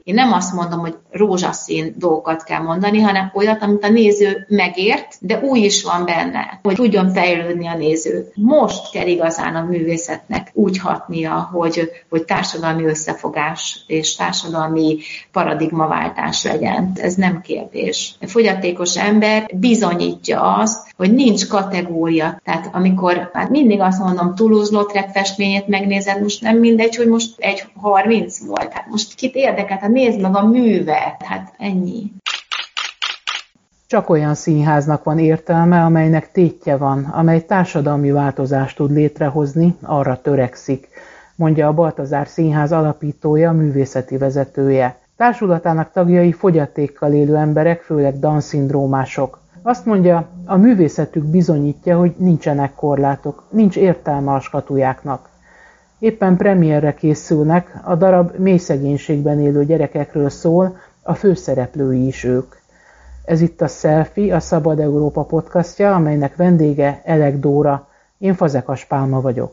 Én nem azt mondom, hogy rózsaszín dolgokat kell mondani, hanem olyat, amit a néző megért, de új is van benne, hogy tudjon fejlődni a néző. Most kell igazán a művészetnek úgy hatnia, hogy társadalmi összefogás és társadalmi paradigmaváltás legyen. Ez nem kérdés. A fogyatékos ember bizonyítja azt, hogy nincs kategória. Tehát amikor mindig azt mondom, Toulouse-Lautrec festményét megnézed, most nem mindegy, hogy most 1,30 volt. Hát most kit érdekelt, hát nézd meg a művet. Hát ennyi. Csak olyan színháznak van értelme, amelynek tétje van, amely társadalmi változást tud létrehozni, arra törekszik, mondja a Baltazár Színház alapítója, művészeti vezetője. Társulatának tagjai fogyatékkal élő emberek, főleg Down-szindrómások. Azt mondja, a művészetük bizonyítja, hogy nincsenek korlátok, nincs értelme a skatujáknak. Éppen premierre készülnek, a darab mély szegénységben élő gyerekekről szól, a főszereplői is ők. Ez itt a Selfie, a Szabad Európa podcastja, amelynek vendége Elek Dóra. Én Fazekas Pálma vagyok.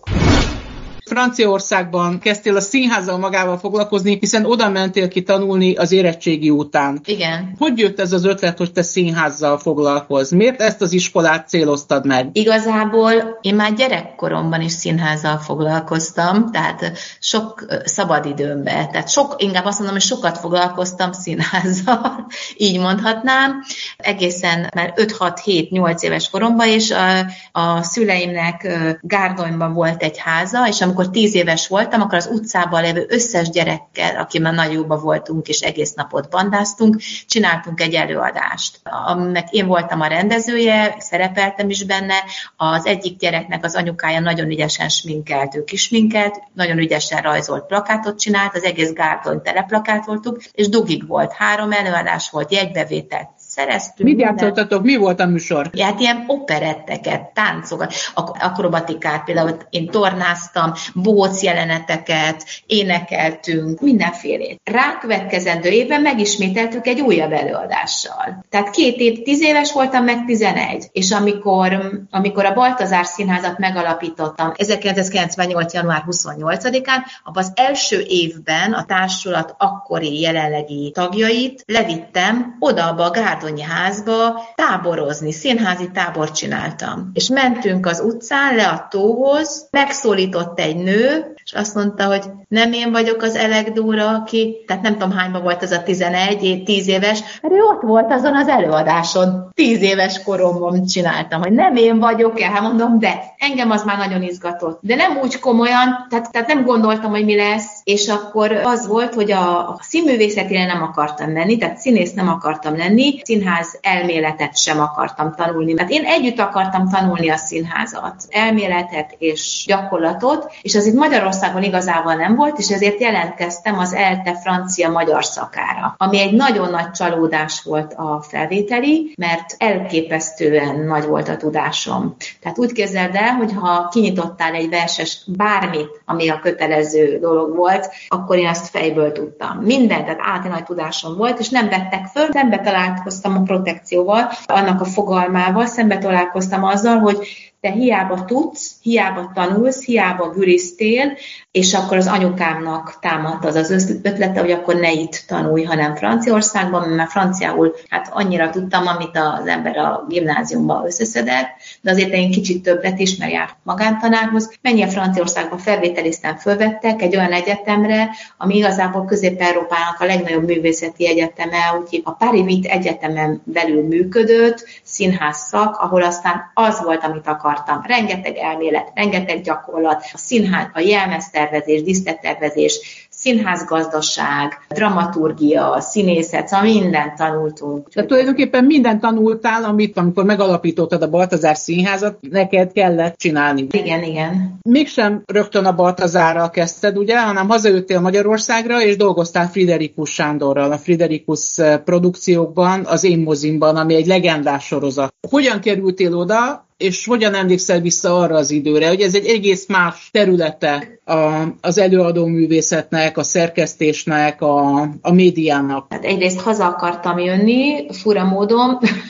Franciaországban kezdtél a színházzal magával foglalkozni, hiszen oda mentél ki tanulni az érettségi után. Igen. Hogy jött ez az ötlet, hogy te színházzal foglalkozz? Miért ezt az iskolát céloztad meg? Igazából én már gyerekkoromban is színházzal foglalkoztam, tehát sok szabadidőmben. Tehát inkább azt mondom, hogy sokat foglalkoztam színházzal, így mondhatnám. Egészen már 5-6-7-8 éves koromban, és a szüleimnek Gárdonyban volt egy háza, és amikor 10 éves voltam, akkor az utcában lévő összes gyerekkel, akivel nagy jóba voltunk, és egész napot bandáztunk, csináltunk egy előadást, aminek én voltam a rendezője, szerepeltem is benne. Az egyik gyereknek az anyukája nagyon ügyesen sminkelt, ő kisminkelt, nagyon ügyesen rajzolt plakátot csinált, az egész Gárdony teleplakátoltuk, és dugig volt. 3 előadás volt, jegybevételt szereztünk. Mit játszottatok? Mi volt a műsor? Hát ilyen operetteket, táncokat, akrobatikát, például én tornáztam, bóc jeleneteket, énekeltünk, mindenfélét. Rákövetkezendő évben megismételtük egy újabb előadással. Tehát 2 év, 10 éves voltam, meg 11. És amikor a Baltazár Színházat megalapítottam 1998. január 28-án, abban az első évben a társulat akkori jelenlegi tagjait levittem oda abba a Gárdonyi házba táborozni, színházi tábort csináltam. És mentünk az utcán le a tóhoz, megszólított egy nő, és azt mondta, hogy nem én vagyok az Elek Dóra, aki, tehát nem tudom hányban volt az a 10 éves, mert ő ott volt azon az előadáson. 10 éves koromban csináltam, hogy nem én vagyok, hát mondom, de engem az már nagyon izgatott. De nem úgy komolyan, tehát nem gondoltam, hogy mi lesz, és akkor az volt, hogy a színművészetére nem akartam menni, tehát színész nem akartam lenni, színház elméletet sem akartam tanulni. Tehát én együtt akartam tanulni a színházat, elméletet és gyakorlatot, és az itt Magyarországon igazából nem volt, és ezért jelentkeztem az ELTE francia-magyar szakára, ami egy nagyon nagy csalódás volt a felvételi, mert elképesztően nagy volt a tudásom. Tehát úgy képzeld el, hogy ha kinyitottál egy verses bármit, ami a kötelező dolog volt, akkor én azt fejből tudtam. Mindent, tehát állati nagy tudásom volt, és nem vettek föl. Szembe találkoztam a protekcióval, annak a fogalmával, szembe találkoztam azzal, hogy te hiába tudsz, hiába tanulsz, hiába gürisztél, és akkor az anyukámnak támadt az ötlete, hogy akkor ne itt tanulj, hanem Franciaországban, mert franciául hát annyira tudtam, amit az ember a gimnáziumban összeszedett, de azért én kicsit többet is, mert járt magántanárhoz. Mennyi a Franciaországban felvételiztem, fölvettek egy olyan egyetemre, ami igazából Közép-Európának a legnagyobb művészeti egyeteme, úgyhogy a Paris Egyetemen belül működött, színház szak, ahol aztán az volt, amit akartam. Rengeteg elmélet, rengeteg gyakorlat, a színház, a jelmeztervezés, díszlettervezés, színházgazdaság, dramaturgia, színészet, szóval mindent tanultunk. Tehát tulajdonképpen mindent tanultál, amit amikor megalapítottad a Baltazár Színházat, neked kellett csinálni. Igen. Mégsem rögtön a Baltazárral kezdted, ugye, hanem hazajöttél Magyarországra, és dolgoztál Friderikus Sándorral, a Friderikus produkciókban, az Én mozimban, ami egy legendás sorozat. Hogyan kerültél oda, és hogyan emlékszel vissza arra az időre, hogy ez egy egész más területe az előadó művészetnek, a szerkesztésnek, a médiának? Hát egyrészt haza akartam jönni, fura módon,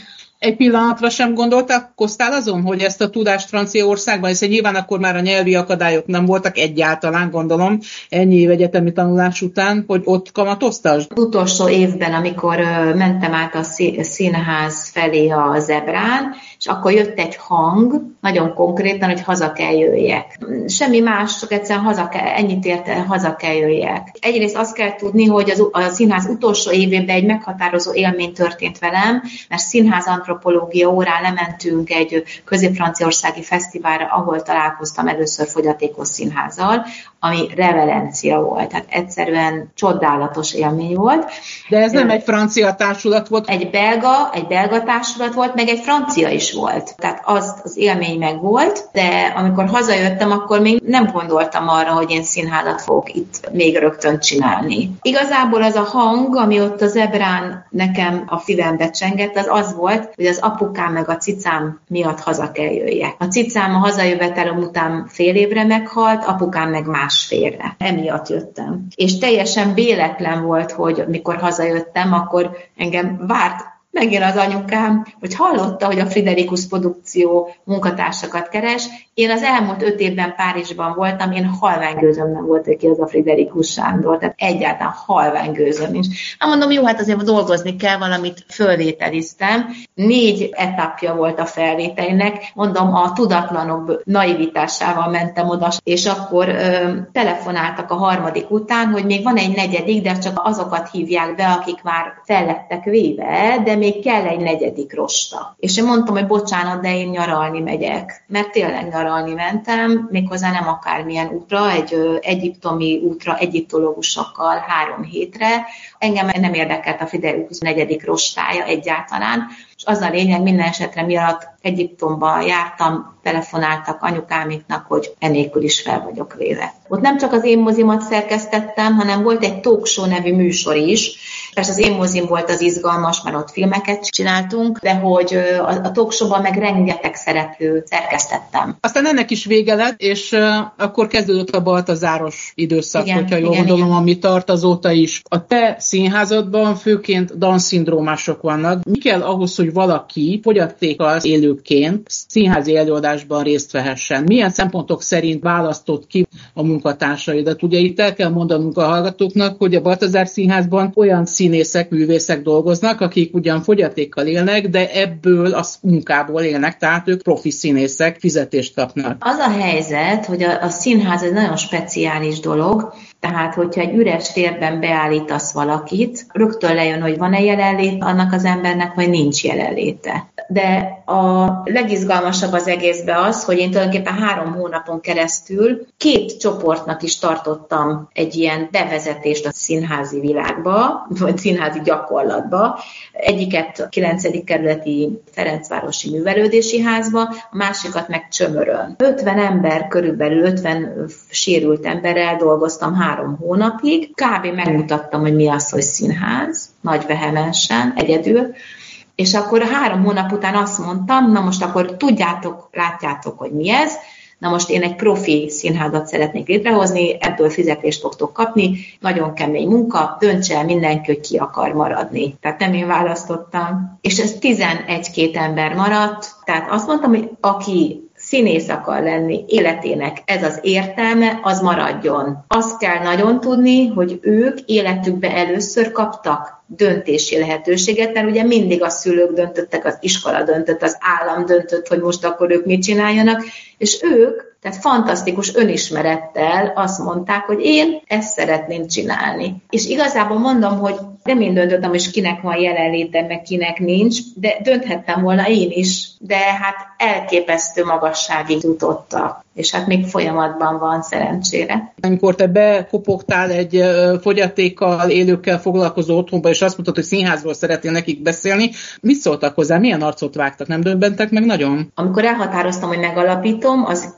Egy pillanatra sem gondolkoztál azon, hogy ezt a tudást Franciaországban, hiszen nyilván akkor már a nyelvi akadályok nem voltak egyáltalán, gondolom, ennyi év egyetemi tanulás után, hogy ott kamatoztál? Az utolsó évben, amikor mentem át a színház felé a Zebrán, és akkor jött egy hang, nagyon konkrétan, hogy haza kell jöjjek. Semmi más, csak egyszerűen ennyit érte, haza kell jöjjek. Egyrészt azt kell tudni, hogy a színház utolsó évében egy meghatározó élmény történt velem, mert színházantropológia órán lementünk egy közép-franciaországi fesztiválra, ahol találkoztam először fogyatékos színházzal, ami revelencia volt. Tehát egyszerűen csodálatos élmény volt. De ez nem egy francia társulat volt? Egy belga társulat volt, meg egy francia is volt. Tehát az élmény meg volt, de amikor hazajöttem, akkor még nem gondoltam arra, hogy én színházat fogok itt még rögtön csinálni. Igazából az a hang, ami ott a Zebrán nekem a fívembe csengett, az volt, hogy az apukám meg a cicám miatt haza kell jöjjek. A cicám a hazajövetelem után fél évre meghalt, apukám meg másfélre. Emiatt jöttem. És teljesen véletlen volt, hogy mikor hazajöttem, akkor engem várt megint az anyukám, hogy hallotta, hogy a Friderikus produkció munkatársakat keres. Én az elmúlt 5 évben Párizsban voltam, én halványgőzöm nem volt, hogy ki az a Friderikus Sándor, tehát egyáltalán halványgőzöm nincs. Mondom, jó, hát azért dolgozni kell, valamit fölvételiztem. 4 etapja volt a felvételnek, mondom, a tudatlanok naivitásával mentem oda, és akkor telefonáltak a 3. után, hogy még van egy 4., de csak azokat hívják be, akik már fel lettek véve, de még kell egy 4. rosta. És én mondtam, hogy bocsánat, de én nyaralni megyek. Mert tényleg nyaralni mentem, méghozzá nem akármilyen útra, egy egyiptomi útra, egyiptológusokkal 3 hétre. Engem nem érdekelt a Friderikus 4. rostája egyáltalán. És az a lényeg, minden esetre miatt Egyiptomban jártam, telefonáltak anyukámiknak, hogy enélkül is fel vagyok véve. Ott nem csak az én mozimat szerkesztettem, hanem volt egy talk show nevű műsor is. Persze az én mozim volt az izgalmas, mert ott filmeket csináltunk, de hogy a talk show-ban meg rengeteg szereplő szerkesztettem. Aztán ennek is vége lett, és akkor kezdődött a baltazáros időszak, igen, hogyha jól gondolom, ami tart azóta is. A te színházadban főként Down-szindrómások vannak. Mi kell ahhoz, hogy valaki fogyatékkal élőként színházi előadásban részt vehessen? Milyen szempontok szerint választott ki a munkatársaidat? Ugye itt el kell mondanunk a hallgatóknak, hogy a Baltazár Színházban olyan színészek, művészek dolgoznak, akik ugyan fogyatékkal élnek, de ebből a munkából élnek, tehát ők profi színészek, fizetést kapnak. Az a helyzet, hogy a színház egy nagyon speciális dolog, tehát hogyha egy üres térben beállítasz valakit, rögtön lejön, hogy van-e jelenlét annak az embernek, vagy nincs jelenléte. De a legizgalmasabb az egészben az, hogy én tulajdonképpen 3 hónapon keresztül 2 csoportnak is tartottam egy ilyen bevezetést a színházi világba, vagy színházi gyakorlatba. Egyiket a 9. kerületi Ferencvárosi Művelődési Házba, a másikat meg Csömörön. 50 ember, körülbelül 50 sérült emberrel dolgoztam 3 hónapig. Kb. Megmutattam, hogy mi az, hogy színház, nagy vehemensen, egyedül. És akkor 3 hónap után azt mondtam, na most akkor tudjátok, látjátok, hogy mi ez, na most én egy profi színházat szeretnék létrehozni, ebből fizetést fogtok kapni, nagyon kemény munka, döntse el mindenki, hogy ki akar maradni. Tehát nem én választottam. És ez 11-2 ember maradt, tehát azt mondtam, hogy aki színész akar lenni, életének ez az értelme, az maradjon. Azt kell nagyon tudni, hogy ők életükben először kaptak döntési lehetőséget, mert ugye mindig a szülők döntöttek, az iskola döntött, az állam döntött, hogy most akkor ők mit csináljanak, és ők, tehát fantasztikus önismerettel azt mondták, hogy én ezt szeretném csinálni. És igazából mondom, hogy nem én döntöttem, hogy kinek van jelenlétem, meg kinek nincs, de dönthettem volna én is, de hát elképesztő magasságig jutottak. És hát még folyamatban van, szerencsére. Amikor te bekopogtál egy fogyatékkal élőkkel foglalkozó otthonba, és azt mondtad, hogy színházról szeretnél nekik beszélni, mit szóltak hozzá? Milyen arcot vágtak? Nem döbbentek meg nagyon? Amikor elhatároztam, hogy megalapítom, az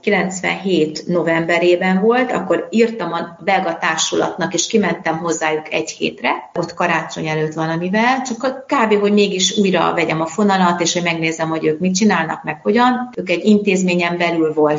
97 novemberében volt, akkor írtam a belga társulatnak, és kimentem hozzájuk 1 hétre, ott karácsony előtt valamivel, csak kb. Hogy mégis újra vegyem a fonalat, és hogy megnézem, hogy ők mit csinálnak, meg hogyan. Ők egy intézményen belül voltak, tehát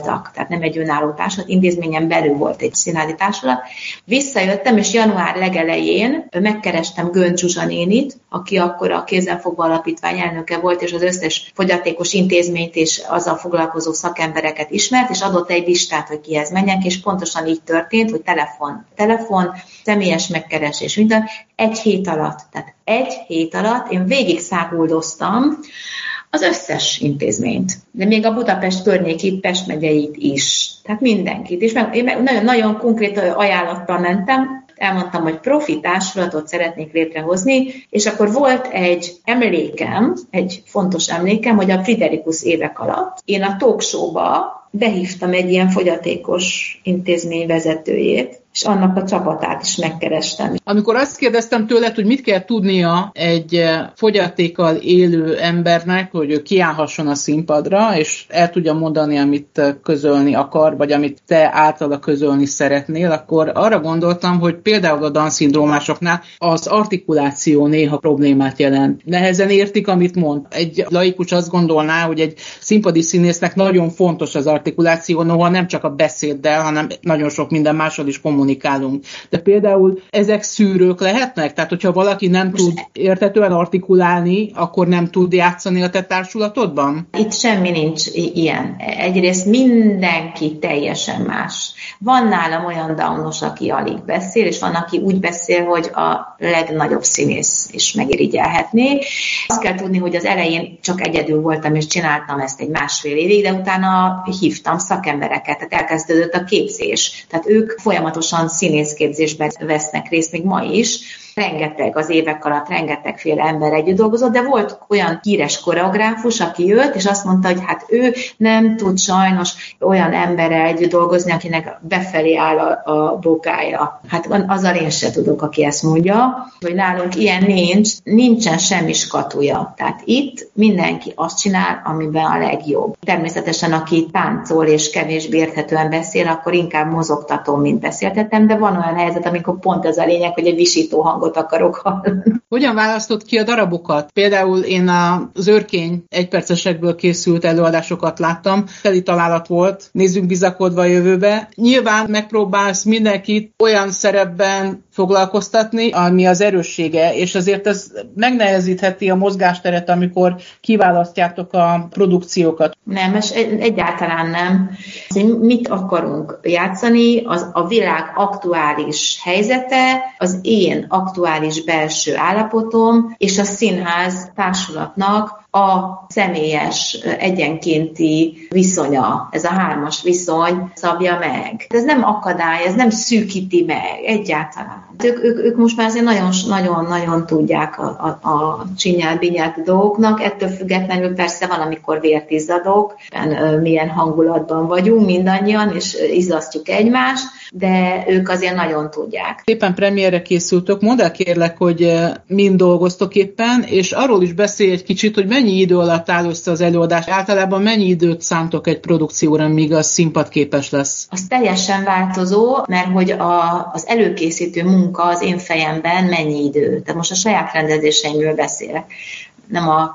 tehát nem egy önálló társulat, intézményen belül volt egy színházi társulat. Visszajöttem, és január legelején megkerestem Gönc Zsuzsa nénit, aki akkor a Kézzelfogva Alapítvány elnöke volt, és az összes fogyatékos intézményt és azzal foglalkozó szakembereket ismert, és adott egy listát, hogy kihez menjek, és pontosan így történt, hogy telefon, személyes megkeresés, minden, egy hét alatt. Tehát egy hét alatt én végig száguldoztam az összes intézményt, de még a Budapest környékit, Pest megyeit is, tehát mindenkit. És én nagyon konkrét ajánlattal mentem, elmondtam, hogy profi társulatot szeretnék létrehozni, és akkor volt egy emlékem, egy fontos emlékem, hogy a Friderikus évek alatt én a talk show-ba behívtam egy ilyen fogyatékos intézmény vezetőjét, és annak a csapatát is megkerestem. Amikor azt kérdeztem tőled, hogy mit kell tudnia egy fogyatékkal élő embernek, hogy ő kiállhasson a színpadra, és el tudja mondani, amit közölni akar, vagy amit te általa közölni szeretnél, akkor arra gondoltam, hogy például a Down-szindrómásoknál az artikuláció néha problémát jelent. Nehezen értik, amit mond. Egy laikus azt gondolná, hogy egy színpadi színésznek nagyon fontos az artikuláció, noha nem csak a beszéddel, hanem nagyon sok minden mással is kommunikálunk. De például ezek szűrők lehetnek? Tehát, hogyha valaki nem tud érthetően artikulálni, akkor nem tud játszani a te társulatodban? Itt semmi nincs ilyen. Egyrészt mindenki teljesen más. Van nálam olyan downos, aki alig beszél, és van, aki úgy beszél, hogy a legnagyobb színész is megirigyelhetné. Azt kell tudni, hogy az elején csak egyedül voltam, és csináltam ezt egy másfél évig, de utána hívtam szakembereket, tehát elkezdődött a képzés. Tehát ők folyamatosan színészképzésben vesznek részt, még ma is. Rengeteg, az évek alatt rengetegféle ember együtt dolgozott, de volt olyan híres koreográfus, aki jött, és azt mondta, hogy hát ő nem tud sajnos olyan emberrel együtt dolgozni, akinek befelé áll a bokája. Hát azzal én se tudok, aki ezt mondja, hogy nálunk ilyen nincsen semmi skatuja. Tehát itt mindenki azt csinál, amiben a legjobb. Természetesen, aki táncol és kevésbé érthetően beszél, akkor inkább mozogtatom, mint beszéltetem, de van olyan helyzet, amikor pont ez a lényeg, hogy egy visító hangot akarok hallani. Hogyan választott ki a darabokat? Például én az Őrkény egypercesekből készült előadásokat láttam, teli találat volt, nézzünk bizakodva a jövőbe. Nyilván megpróbálsz mindenkit olyan szerepben foglalkoztatni, ami az erőssége, és azért ez megnehezítheti a mozgásteret, amikor kiválasztjátok a produkciókat. Nem, egyáltalán nem. Mit akarunk játszani, az a világ aktuális helyzete, az én aktuális belső állapotom, és a színház társulatnak a személyes, egyenkénti viszonya, ez a 3-as viszony szabja meg. Ez nem akadály, ez nem szűkíti meg egyáltalán. Ők most már azért nagyon tudják a csinyát-binyát dolgoknak, ettől függetlenül persze van, amikor vért izzadok, milyen hangulatban vagyunk mindannyian, és izzasztjuk egymást, de ők azért nagyon tudják. Éppen premierre készültök, mondd el kérlek, hogy mind dolgoztok éppen, és arról is beszélj egy kicsit, hogy mennyi idő alatt áll össze az előadás. Általában mennyi időt szántok egy produkcióra, míg az színpadképes lesz? Az teljesen változó, mert hogy az előkészítő munka az én fejemben mennyi idő. Tehát most a saját rendezéseimről beszélek, nem a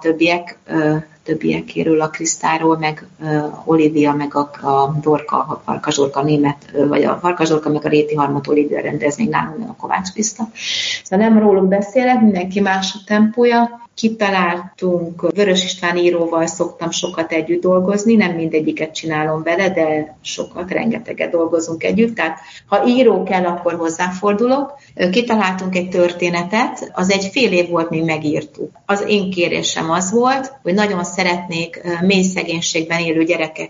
többiekéről, a Krisztáról, meg Olivia, meg a Dorka, a Farkas Dorka német, vagy a Farkas Dorka, meg a Réti Harmat Olivia rendez, még nálunk a Kovács Kriszta. Szóval nem róluk beszélek, mindenki más a tempója. Kitaláltunk, Vörös István íróval szoktam sokat együtt dolgozni, nem mindegyiket csinálom vele, de sokat, rengeteget dolgozunk együtt, tehát ha író kell, akkor hozzáfordulok. Kitaláltunk egy történetet, az egy fél év volt, míg megírtuk. Az én kérésem az volt, hogy nagyon szeretnék mély szegénységben élő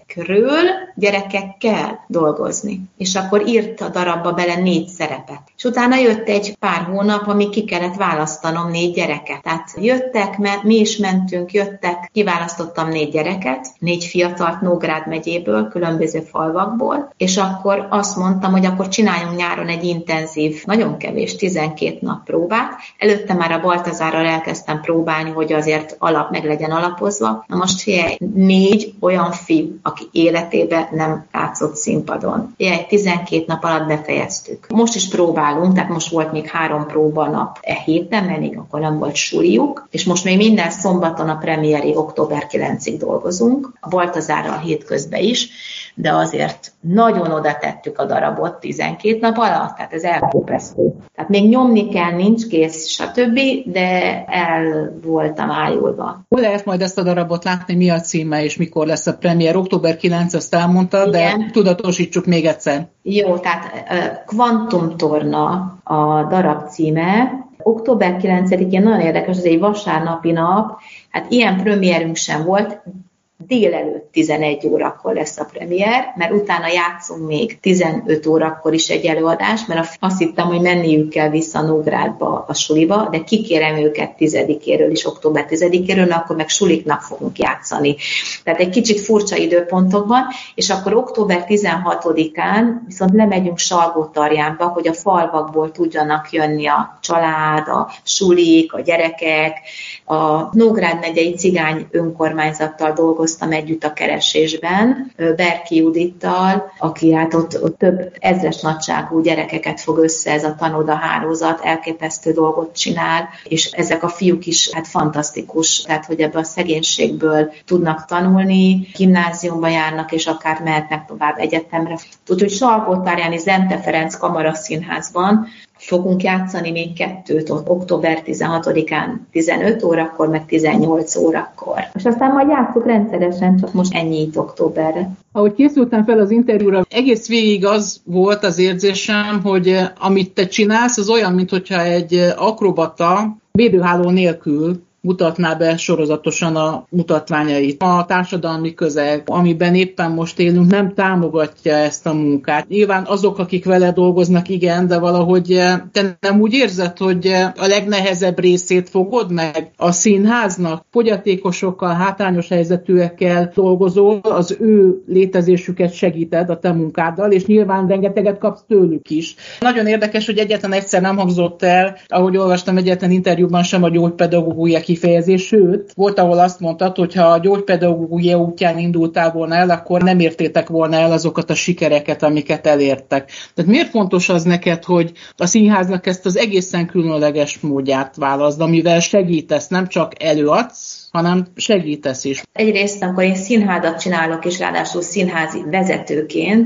gyerekekkel dolgozni. És akkor írt a darabba bele 4 szerepet. És utána jött egy pár hónap, amíg ki kellett választanom 4 gyereket. Tehát jöttek, mert mi is mentünk, kiválasztottam 4 gyereket, 4 fiatalt Nógrád megyéből, különböző falvakból, és akkor azt mondtam, hogy akkor csináljunk nyáron egy intenzív, nagyon kevés, 12 nap próbát. Előtte már a Baltazárral elkezdtem próbálni, hogy azért meg legyen alapozva. Na most figyelj, 4 olyan fiú, aki életében nem játszott színpadon. Figyelj, 12 nap alatt befejeztük. Most is próbálunk, tehát most volt még 3 próbanap héten, mert még akkor nem volt suliuk, és most még minden szombaton a premiérig október 9-ig dolgozunk, a Baltazárral hétközben is, de azért nagyon oda tettük a darabot 12 nap alatt, tehát ez elképesztő. Tehát még nyomni kell, nincs kész, stb., de el voltam ájulva. Hol lehet majd ezt a darabot látni, mi a címe, és mikor lesz a premier? Október 9, azt elmondta, de tudatosítsuk még egyszer. Jó, tehát Kvantumtorna a darab címe. Október 9-én nagyon érdekes, ez egy vasárnapi nap, hát ilyen premierünk sem volt, délelőtt 11 órakor lesz a premier, mert utána játszunk még 15 órakor is egy előadás, mert azt hittem, hogy menniük kell vissza Nógrádba a suliba, de kikérem őket 10-éről is, október 10-éről, akkor meg suliknak fogunk játszani. Tehát egy kicsit furcsa időpontokban, és akkor október 16-án viszont lemegyünk Salgótarjánba, hogy a falvakból tudjanak jönni a család, a sulik, a gyerekek. A Nógrád megyei cigány önkormányzattal dolgoztam együtt a keresésben, Berki Judittal, aki hát ott több ezres nagyságú gyerekeket fog össze, ez a tanodahálózat, elképesztő dolgot csinál, és ezek a fiúk is hát fantasztikus, tehát hogy ebből a szegénységből tudnak tanulni, gimnáziumba járnak, és akár mehetnek tovább egyetemre. Úgyhogy Salgótarjáni Zente Ferenc Kamaraszínházban fogunk játszani még 2 október 16-án 15 órakor, meg 18 órakor. És aztán majd játszunk rendszeresen, csak most ennyi itt októberre. Ahogy készültem fel az interjúra, egész végig az volt az érzésem, hogy amit te csinálsz, az olyan, mintha egy akrobata védőháló nélkül mutatná be sorozatosan a mutatványait. A társadalmi közeg, amiben éppen most élünk, nem támogatja ezt a munkát. Nyilván azok, akik vele dolgoznak, igen, de valahogy te nem úgy érzed, hogy a legnehezebb részét fogod meg a színháznak? Fogyatékosokkal, hátrányos helyzetűekkel dolgozol, az ő létezésüket segíted a te munkáddal, és nyilván rengeteget kapsz tőlük is. Nagyon érdekes, hogy egyetlen egyszer nem hangzott el, ahogy olvastam egyetlen interjúban sem a gyógypedagógia kifejezés, sőt, volt, ahol azt mondtad, hogy ha a gyógypedagógia útján indultál volna el, akkor nem értétek volna el azokat a sikereket, amiket elértek. Tehát miért fontos az neked, hogy a színháznak ezt az egészen különleges módját válaszd, amivel segítesz, nem csak előadsz, hanem segítesz is. Egyrészt, amikor én színházat csinálok, és ráadásul színházi vezetőként,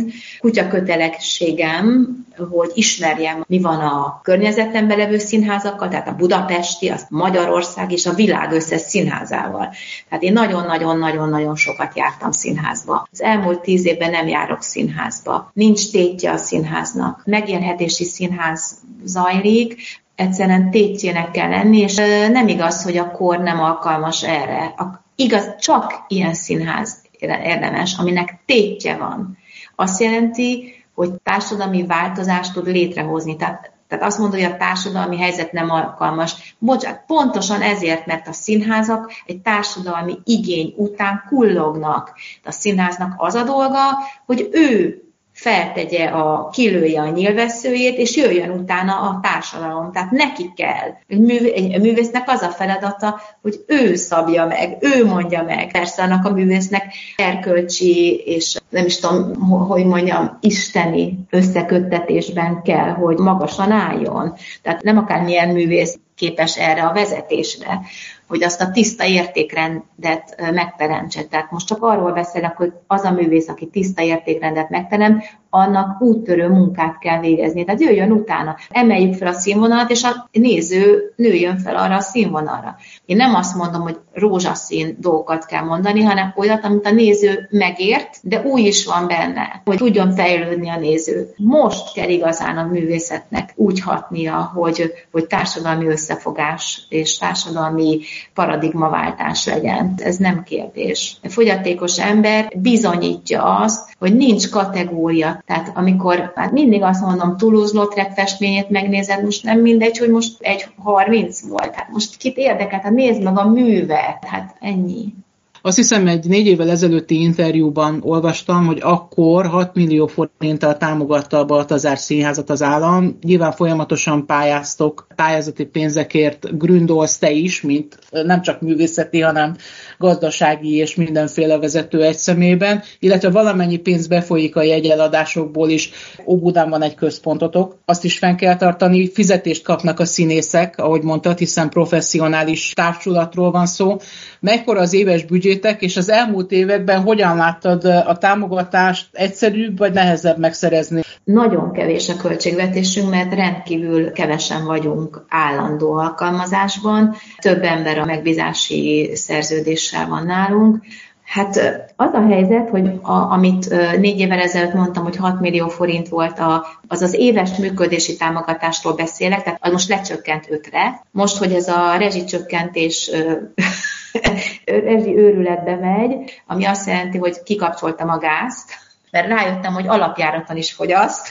kutyakötelességem, hogy ismerjem, mi van a környezetemben levő színházakkal, tehát a budapesti, a Magyarország és a világ összes színházával. Tehát én nagyon-nagyon-nagyon sokat jártam színházba. Az elmúlt 10 évben nem járok színházba. Nincs tétje a színháznak. Megélhetési színház zajlik, egyszerűen tétjének kell lenni, és nem igaz, hogy a kor nem alkalmas erre. Igaz, csak ilyen színház érdemes, aminek tétje van. Azt jelenti, hogy társadalmi változást tud létrehozni. Tehát azt mondja, hogy a társadalmi helyzet nem alkalmas. Bocsánat, pontosan ezért, mert a színházak egy társadalmi igény után kullognak. A színháznak az a dolga, hogy ő feltegye kilője a nyílvesszőjét, és jöjjön utána a társadalom. Tehát neki kell. Egy művésznek az a feladata, hogy ő szabja meg, ő mondja meg. Persze annak a művésznek erkölcsi, és nem is tudom, hogy mondjam, isteni összeköttetésben kell, hogy magasan álljon. Tehát nem akármilyen művész képes erre a vezetésre, hogy azt a tiszta értékrendet megteremtse. Tehát most csak arról beszélek, hogy az a művész, aki tiszta értékrendet megterem, annak úttörő munkát kell végezni. Tehát jöjjön utána, emeljük fel a színvonalat, és a néző nőjön fel arra a színvonalra. Én nem azt mondom, hogy rózsaszín dolgokat kell mondani, hanem olyat, amit a néző megért, de új is van benne, hogy tudjon fejlődni a néző. Most kell igazán a művészetnek úgy hatnia, hogy társadalmi összefogás és társadalmi paradigmaváltás legyen. Ez nem kérdés. A fogyatékos ember bizonyítja azt, hogy nincs kategória. Tehát amikor hát mindig azt mondom, Toulouse-Lautrec festményét megnézed, most nem mindegy, hogy most 1,30 volt. Hát most kit érdekel? Hát nézd meg a művet. Hát ennyi. Azt hiszem, egy 4 évvel ezelőtti interjúban olvastam, hogy akkor 6 millió forinttal támogatta a Baltazár Színházat az állam. Nyilván folyamatosan pályáztok, pályázati pénzekért gründolsz te is, mint nem csak művészeti, hanem gazdasági és mindenféle vezető egy szemében, illetve valamennyi pénz befolyik a jegyeladásokból is. Óbudán van egy központotok, azt is fenn kell tartani, fizetést kapnak a színészek, ahogy mondtad, hiszen professzionális társulatról van szó. mekkora az éves büdzsétek, és az elmúlt években hogyan láttad a támogatást, egyszerűbb vagy nehezebb megszerezni? Nagyon kevés a költségvetésünk, mert rendkívül kevesen vagyunk állandó alkalmazásban. Több ember a megbízási szerződéssel van nálunk. Hát az a helyzet, hogy amit 4 évvel ezelőtt mondtam, hogy 6 millió forint volt az éves működési támogatástól beszélek, tehát az most lecsökkent 5-re. Most, hogy ez a rezsicsökkentés rezsi őrületbe megy, ami azt jelenti, hogy kikapcsoltam a gázt, mert rájöttem, hogy alapjáraton is fogyaszt,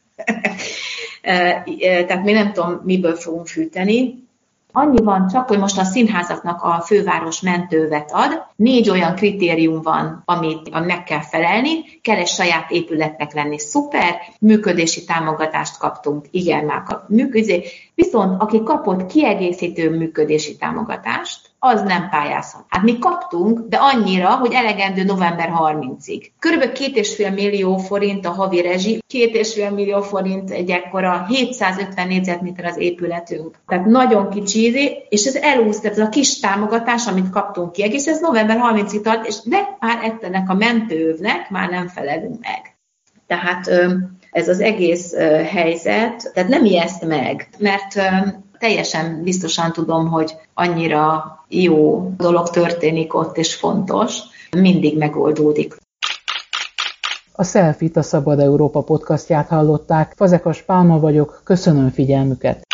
tehát mi nem tudom, miből fogunk fűteni. Annyi van csak, hogy most a színházaknak a főváros mentővet ad, 4 olyan kritérium van, amit meg kell felelni, kell egy saját épületnek lenni, szuper, működési támogatást kaptunk, igen, már működés. Viszont aki kapott kiegészítő működési támogatást, az nem pályázhat. Hát mi kaptunk, de annyira, hogy elegendő november 30-ig. Körülbelül 2,5 millió forint a havi rezsi, 2,5 millió forint egy ekkora, 750 négyzetméter az épületünk. Tehát nagyon kicsi, és ez elúszt, ez a kis támogatás, amit kaptunk ki, egész ez november 30-ig tart, és de már ennek a mentőövnek már nem felelünk meg. Tehát ez az egész helyzet, tehát nem ijeszt meg, mert teljesen biztosan tudom, hogy annyira jó dolog történik ott, és fontos, mindig megoldódik. A Selfit, a Szabad Európa podcastját hallották. Fazekas Pálma vagyok, köszönöm figyelmüket!